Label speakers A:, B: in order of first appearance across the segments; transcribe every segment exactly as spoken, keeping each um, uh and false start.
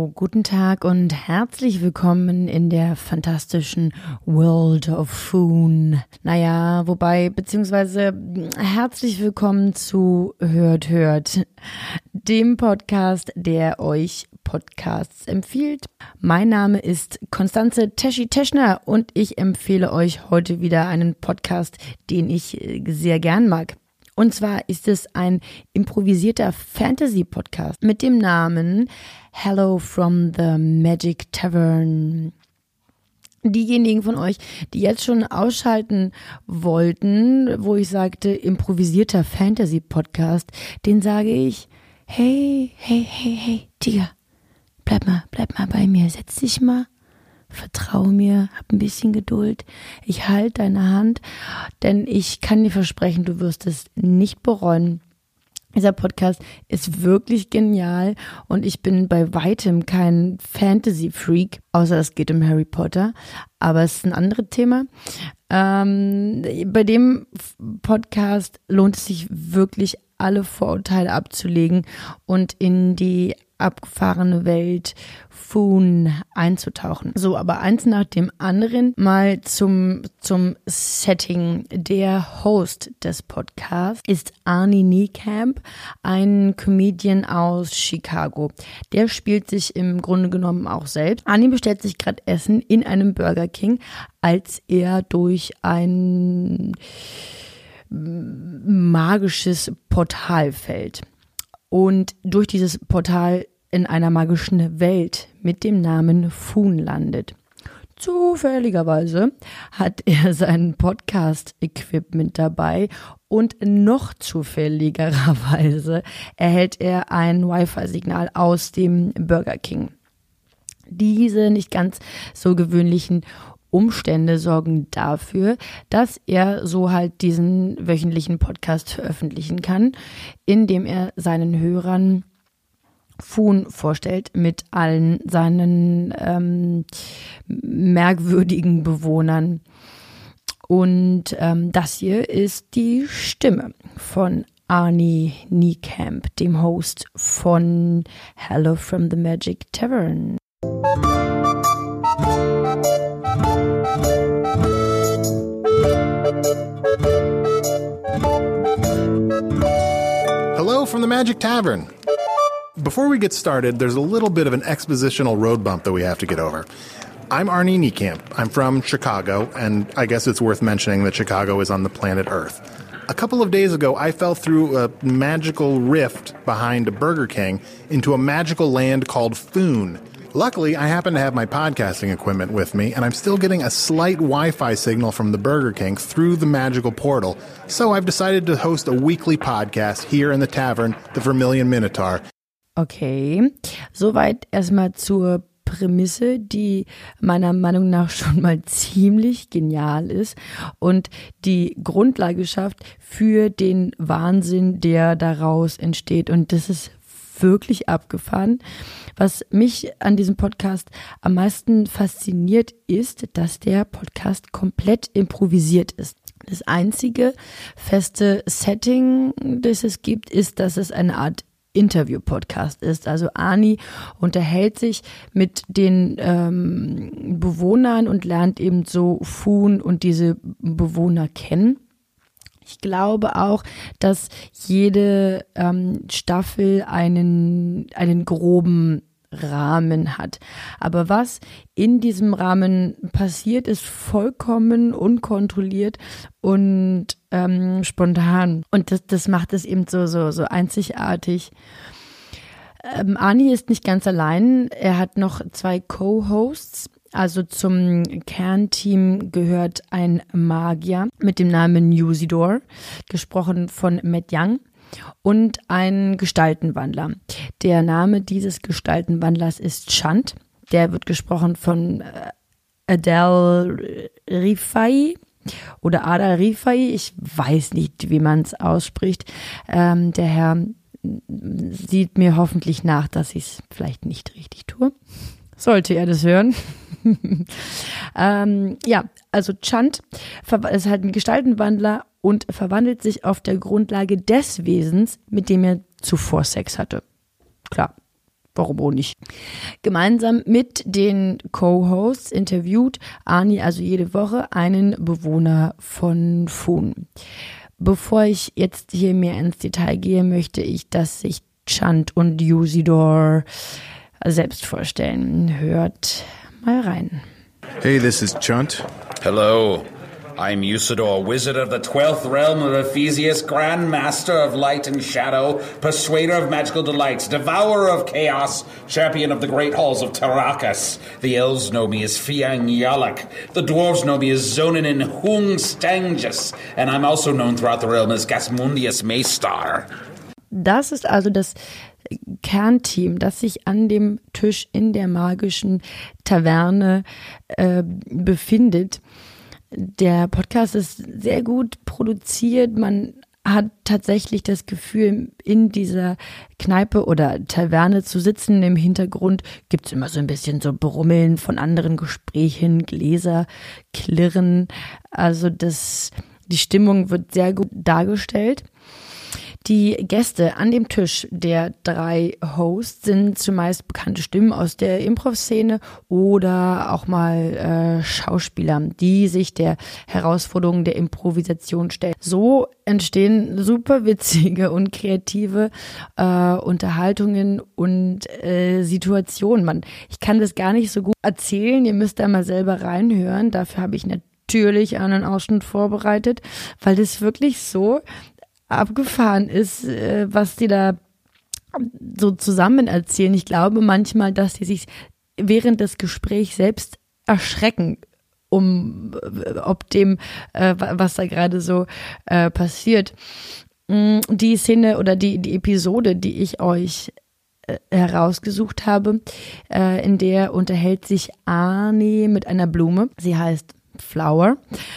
A: Guten Tag und herzlich willkommen in der fantastischen World of Foon. Naja, wobei, beziehungsweise herzlich willkommen zu Hört, Hört, dem Podcast, der euch Podcasts empfiehlt. Mein Name ist Konstanze Teschi-Teschner und ich empfehle euch heute wieder einen Podcast, den ich sehr gern mag. Und zwar ist es ein improvisierter Fantasy-Podcast mit dem Namen Hello from the Magic Tavern. Diejenigen von euch, die jetzt schon ausschalten wollten, wo ich sagte improvisierter Fantasy-Podcast, den sage ich, hey, hey, hey, hey, Tiger, bleib mal, bleib mal bei mir, setz dich mal. Vertrau mir, hab ein bisschen Geduld. Ich halte deine Hand, denn ich kann dir versprechen, du wirst es nicht bereuen. Dieser Podcast ist wirklich genial und ich bin bei weitem kein Fantasy-Freak, außer es geht um Harry Potter, aber es ist ein anderes Thema. Ähm, bei dem Podcast lohnt es sich wirklich, alle Vorurteile abzulegen und in die abgefahrene Welt Foon einzutauchen. So, aber eins nach dem anderen mal zum, zum Setting. Der Host des Podcasts ist Arnie Niekamp, ein Comedian aus Chicago. Der spielt sich im Grunde genommen auch selbst. Arnie bestellt sich gerade Essen in einem Burger King, als er durch ein magisches Portal fällt. Und durch dieses Portal in einer magischen Welt mit dem Namen Foon landet. Zufälligerweise hat er sein Podcast-Equipment dabei und noch zufälligerweise erhält er ein Wi-Fi-Signal aus dem Burger King. Diese nicht ganz so gewöhnlichen Umstände sorgen dafür, dass er so halt diesen wöchentlichen Podcast veröffentlichen kann, indem er seinen Hörern Foon vorstellt mit allen seinen ähm, merkwürdigen Bewohnern. Und ähm, das hier ist die Stimme von Arnie Niekamp, dem Host von Hello from the Magic Tavern.
B: Hello from the Magic Tavern. Before we get started, there's a little bit of an expositional road bump that we have to get over. I'm Arnie Niekamp. I'm from Chicago, and I guess it's worth mentioning that Chicago is on the planet Earth. A couple of days ago, I fell through a magical rift behind a Burger King into a magical land called Foon. Luckily, I happen to have my podcasting equipment with me, and I'm still getting a slight Wi-Fi signal from the Burger King through the magical portal, so I've decided to host a weekly podcast here in the tavern, the Vermilion Minotaur.
A: Okay, soweit erstmal zur Prämisse, die meiner Meinung nach schon mal ziemlich genial ist und die Grundlage schafft für den Wahnsinn, der daraus entsteht. Und das ist wirklich abgefahren. Was mich an diesem Podcast am meisten fasziniert, ist, dass der Podcast komplett improvisiert ist. Das einzige feste Setting, das es gibt, ist, dass es eine Art Interview-Podcast ist. Also Arnie unterhält sich mit den ähm, Bewohnern und lernt eben so Foon und diese Bewohner kennen. Ich glaube auch, dass jede ähm, Staffel einen, einen groben Rahmen hat. Aber was in diesem Rahmen passiert, ist vollkommen unkontrolliert und ähm, spontan. Und das, das macht es eben so, so, so einzigartig. Ähm, Arnie ist nicht ganz allein. Er hat noch zwei Co-Hosts. Also zum Kernteam gehört ein Magier mit dem Namen Usidore, gesprochen von Matt Young. Und ein Gestaltenwandler. Der Name dieses Gestaltenwandlers ist Chant. Der wird gesprochen von Adel Rifai oder Ada Rifai. Ich weiß nicht, wie man es ausspricht. Ähm, der Herr sieht mir hoffentlich nach, dass ich es vielleicht nicht richtig tue. Sollte er das hören. ähm, ja, also Chant ist halt ein Gestaltenwandler und verwandelt sich auf der Grundlage des Wesens, mit dem er zuvor Sex hatte. Klar, warum auch nicht. Gemeinsam mit den Co-Hosts interviewt Arnie also jede Woche einen Bewohner von Foon. Bevor ich jetzt hier mehr ins Detail gehe, möchte ich, dass sich Chunt und Usidore selbst vorstellen. Hört mal rein.
C: Hey, this is Chunt.
D: Hello. I'm Usidore, wizard of the twelfth realm of Ephesius, Grand Master of light and shadow, persuader of magical delights, devourer of chaos, champion of the great halls of Tarakas. The elves know me as Fiang Yalak. The dwarves know me as Zonin Hung Stangus. And I'm also known throughout the realm as Gasmundius Maystar.
A: Das ist also das Kernteam, das sich an dem Tisch in der magischen Taverne äh, befindet. Der Podcast ist sehr gut produziert. Man hat tatsächlich das Gefühl, in dieser Kneipe oder Taverne zu sitzen. Im Hintergrund gibt's immer so ein bisschen so Brummeln von anderen Gesprächen, Gläser, Klirren. Also das, die Stimmung wird sehr gut dargestellt. Die Gäste an dem Tisch der drei Hosts sind zumeist bekannte Stimmen aus der Improv-Szene oder auch mal äh, Schauspieler, die sich der Herausforderung der Improvisation stellen. So entstehen super witzige und kreative äh, Unterhaltungen und äh, Situationen. Man, ich kann das gar nicht so gut erzählen, ihr müsst da mal selber reinhören. Dafür habe ich natürlich einen Ausschnitt vorbereitet, weil das wirklich so abgefahren ist, was die da so zusammen erzählen. Ich glaube manchmal, dass die sich während des Gesprächs selbst erschrecken, um ob dem, was da gerade so passiert. Die Szene oder die, die Episode, die ich euch herausgesucht habe, in der unterhält sich Arnie mit einer Blume. Sie heißt Flower.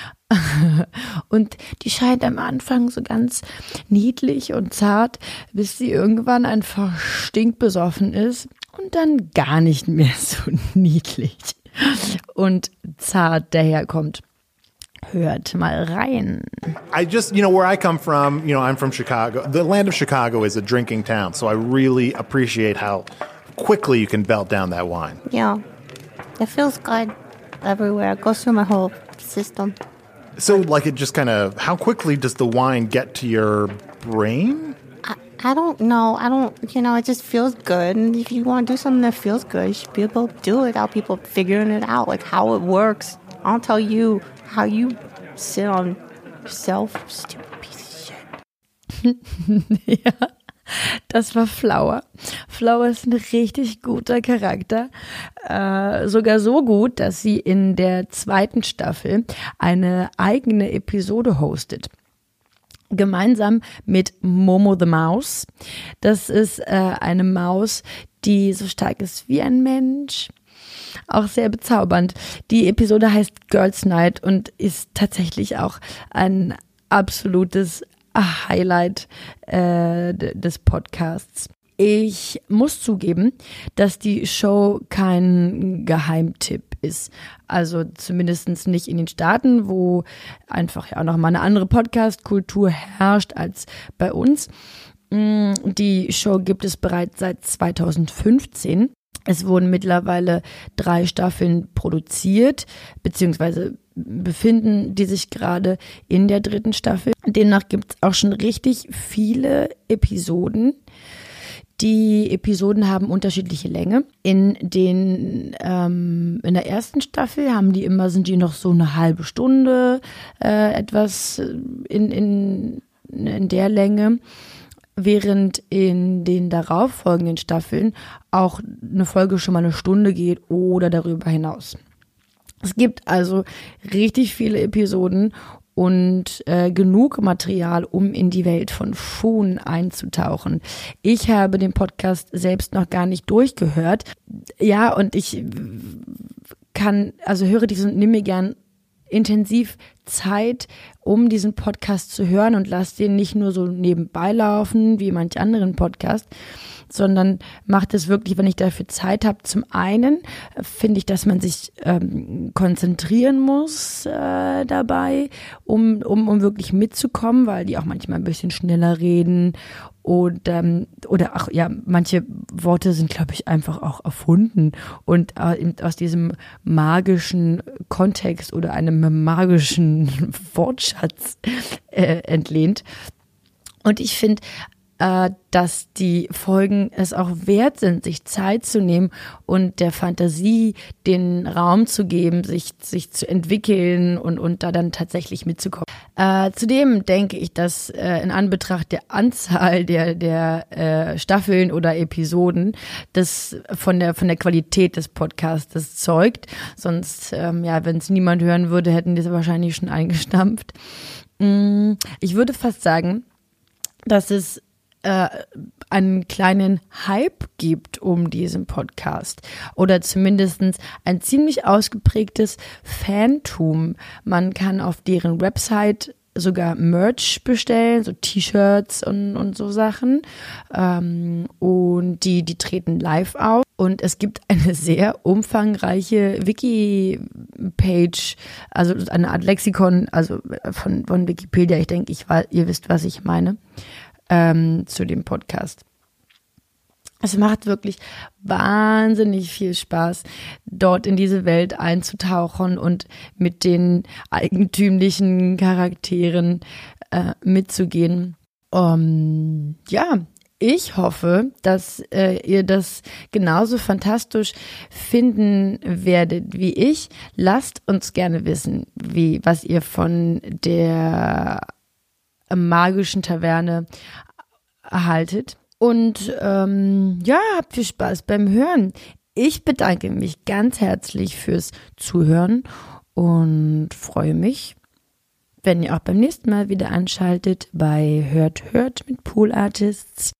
A: Und die scheint am Anfang so ganz niedlich und zart, bis sie irgendwann einfach stinkbesoffen ist und dann gar nicht mehr so niedlich und zart daherkommt. Hört mal rein.
B: I just, you know, where I come from, you know, I'm from Chicago. The land of Chicago is a drinking town, so I really appreciate how quickly you can belt down that wine.
E: Yeah, it feels good everywhere. It goes through my whole system.
B: So, like, it just kind of, how quickly does the wine get to your brain?
E: I, I don't know. I don't, you know, it just feels good. And if you want to do something that feels good, you should be able to do it without people figuring it out, like how it works. I'll tell you how you sit on yourself, stupid piece of shit.
A: Ja, das war Flower. Flower ist ein richtig guter Charakter. Äh, sogar so gut, dass sie in der zweiten Staffel eine eigene Episode hostet. Gemeinsam mit Momo the Mouse. Das ist äh, eine Maus, die so stark ist wie ein Mensch. Auch sehr bezaubernd. Die Episode heißt Girls Night und ist tatsächlich auch ein absolutes Highlight äh, des Podcasts. Ich muss zugeben, dass die Show kein Geheimtipp ist. Also zumindest nicht in den Staaten, wo einfach ja auch nochmal eine andere Podcast-Kultur herrscht als bei uns. Die Show gibt es bereits seit zweitausendfünfzehn. Es wurden mittlerweile drei Staffeln produziert, beziehungsweise befinden die sich gerade in der dritten Staffel. Demnach gibt es auch schon richtig viele Episoden. Die Episoden haben unterschiedliche Länge. In den ähm, in der ersten Staffel haben die immer sind die noch so eine halbe Stunde äh, etwas in in in der Länge, während in den darauffolgenden Staffeln auch eine Folge schon mal eine Stunde geht oder darüber hinaus. Es gibt also richtig viele Episoden und äh, genug Material, um in die Welt von Foon einzutauchen. Ich habe den Podcast selbst noch gar nicht durchgehört. Ja, und ich kann, also höre diesen, nimm mir gern intensiv Zeit, um diesen Podcast zu hören und lasst den nicht nur so nebenbei laufen wie manch anderen Podcast, sondern macht es wirklich, wenn ich dafür Zeit habe. Zum einen finde ich, dass man sich ähm, konzentrieren muss äh, dabei, um, um, um wirklich mitzukommen, weil die auch manchmal ein bisschen schneller reden und ähm, oder ach ja, manche Worte sind, glaube ich, einfach auch erfunden und äh, aus diesem magischen Kontext oder einem magischen Wortschatz äh, entlehnt. Und ich finde, äh, dass die Folgen es auch wert sind, sich Zeit zu nehmen und der Fantasie den Raum zu geben, sich sich zu entwickeln und und da dann tatsächlich mitzukommen. Äh, zudem denke ich, dass äh, in Anbetracht der Anzahl der der äh, Staffeln oder Episoden das von der von der Qualität des Podcasts zeugt. Sonst, ähm, ja, wenn es niemand hören würde, hätten die es wahrscheinlich schon eingestampft. Mm, ich würde fast sagen, dass es äh, einen kleinen Hype gibt um diesen Podcast oder zumindest ein ziemlich ausgeprägtes Fantum. Man kann auf deren Website sogar Merch bestellen, so T-Shirts und, und so Sachen. Ähm, und die, die treten live auf. Und es gibt eine sehr umfangreiche Wiki-Page, also eine Art Lexikon, also von, von Wikipedia. Ich denke, ich, ihr wisst, was ich meine. Ähm, zu dem Podcast. Es macht wirklich wahnsinnig viel Spaß, dort in diese Welt einzutauchen und mit den eigentümlichen Charakteren äh, mitzugehen. Um, ja, ich hoffe, dass äh, ihr das genauso fantastisch finden werdet wie ich. Lasst uns gerne wissen, wie, was ihr von der magischen Taverne erhaltet. Und ähm, ja, habt viel Spaß beim Hören. Ich bedanke mich ganz herzlich fürs Zuhören und freue mich, wenn ihr auch beim nächsten Mal wieder einschaltet bei Hört, Hört mit Pool Artists.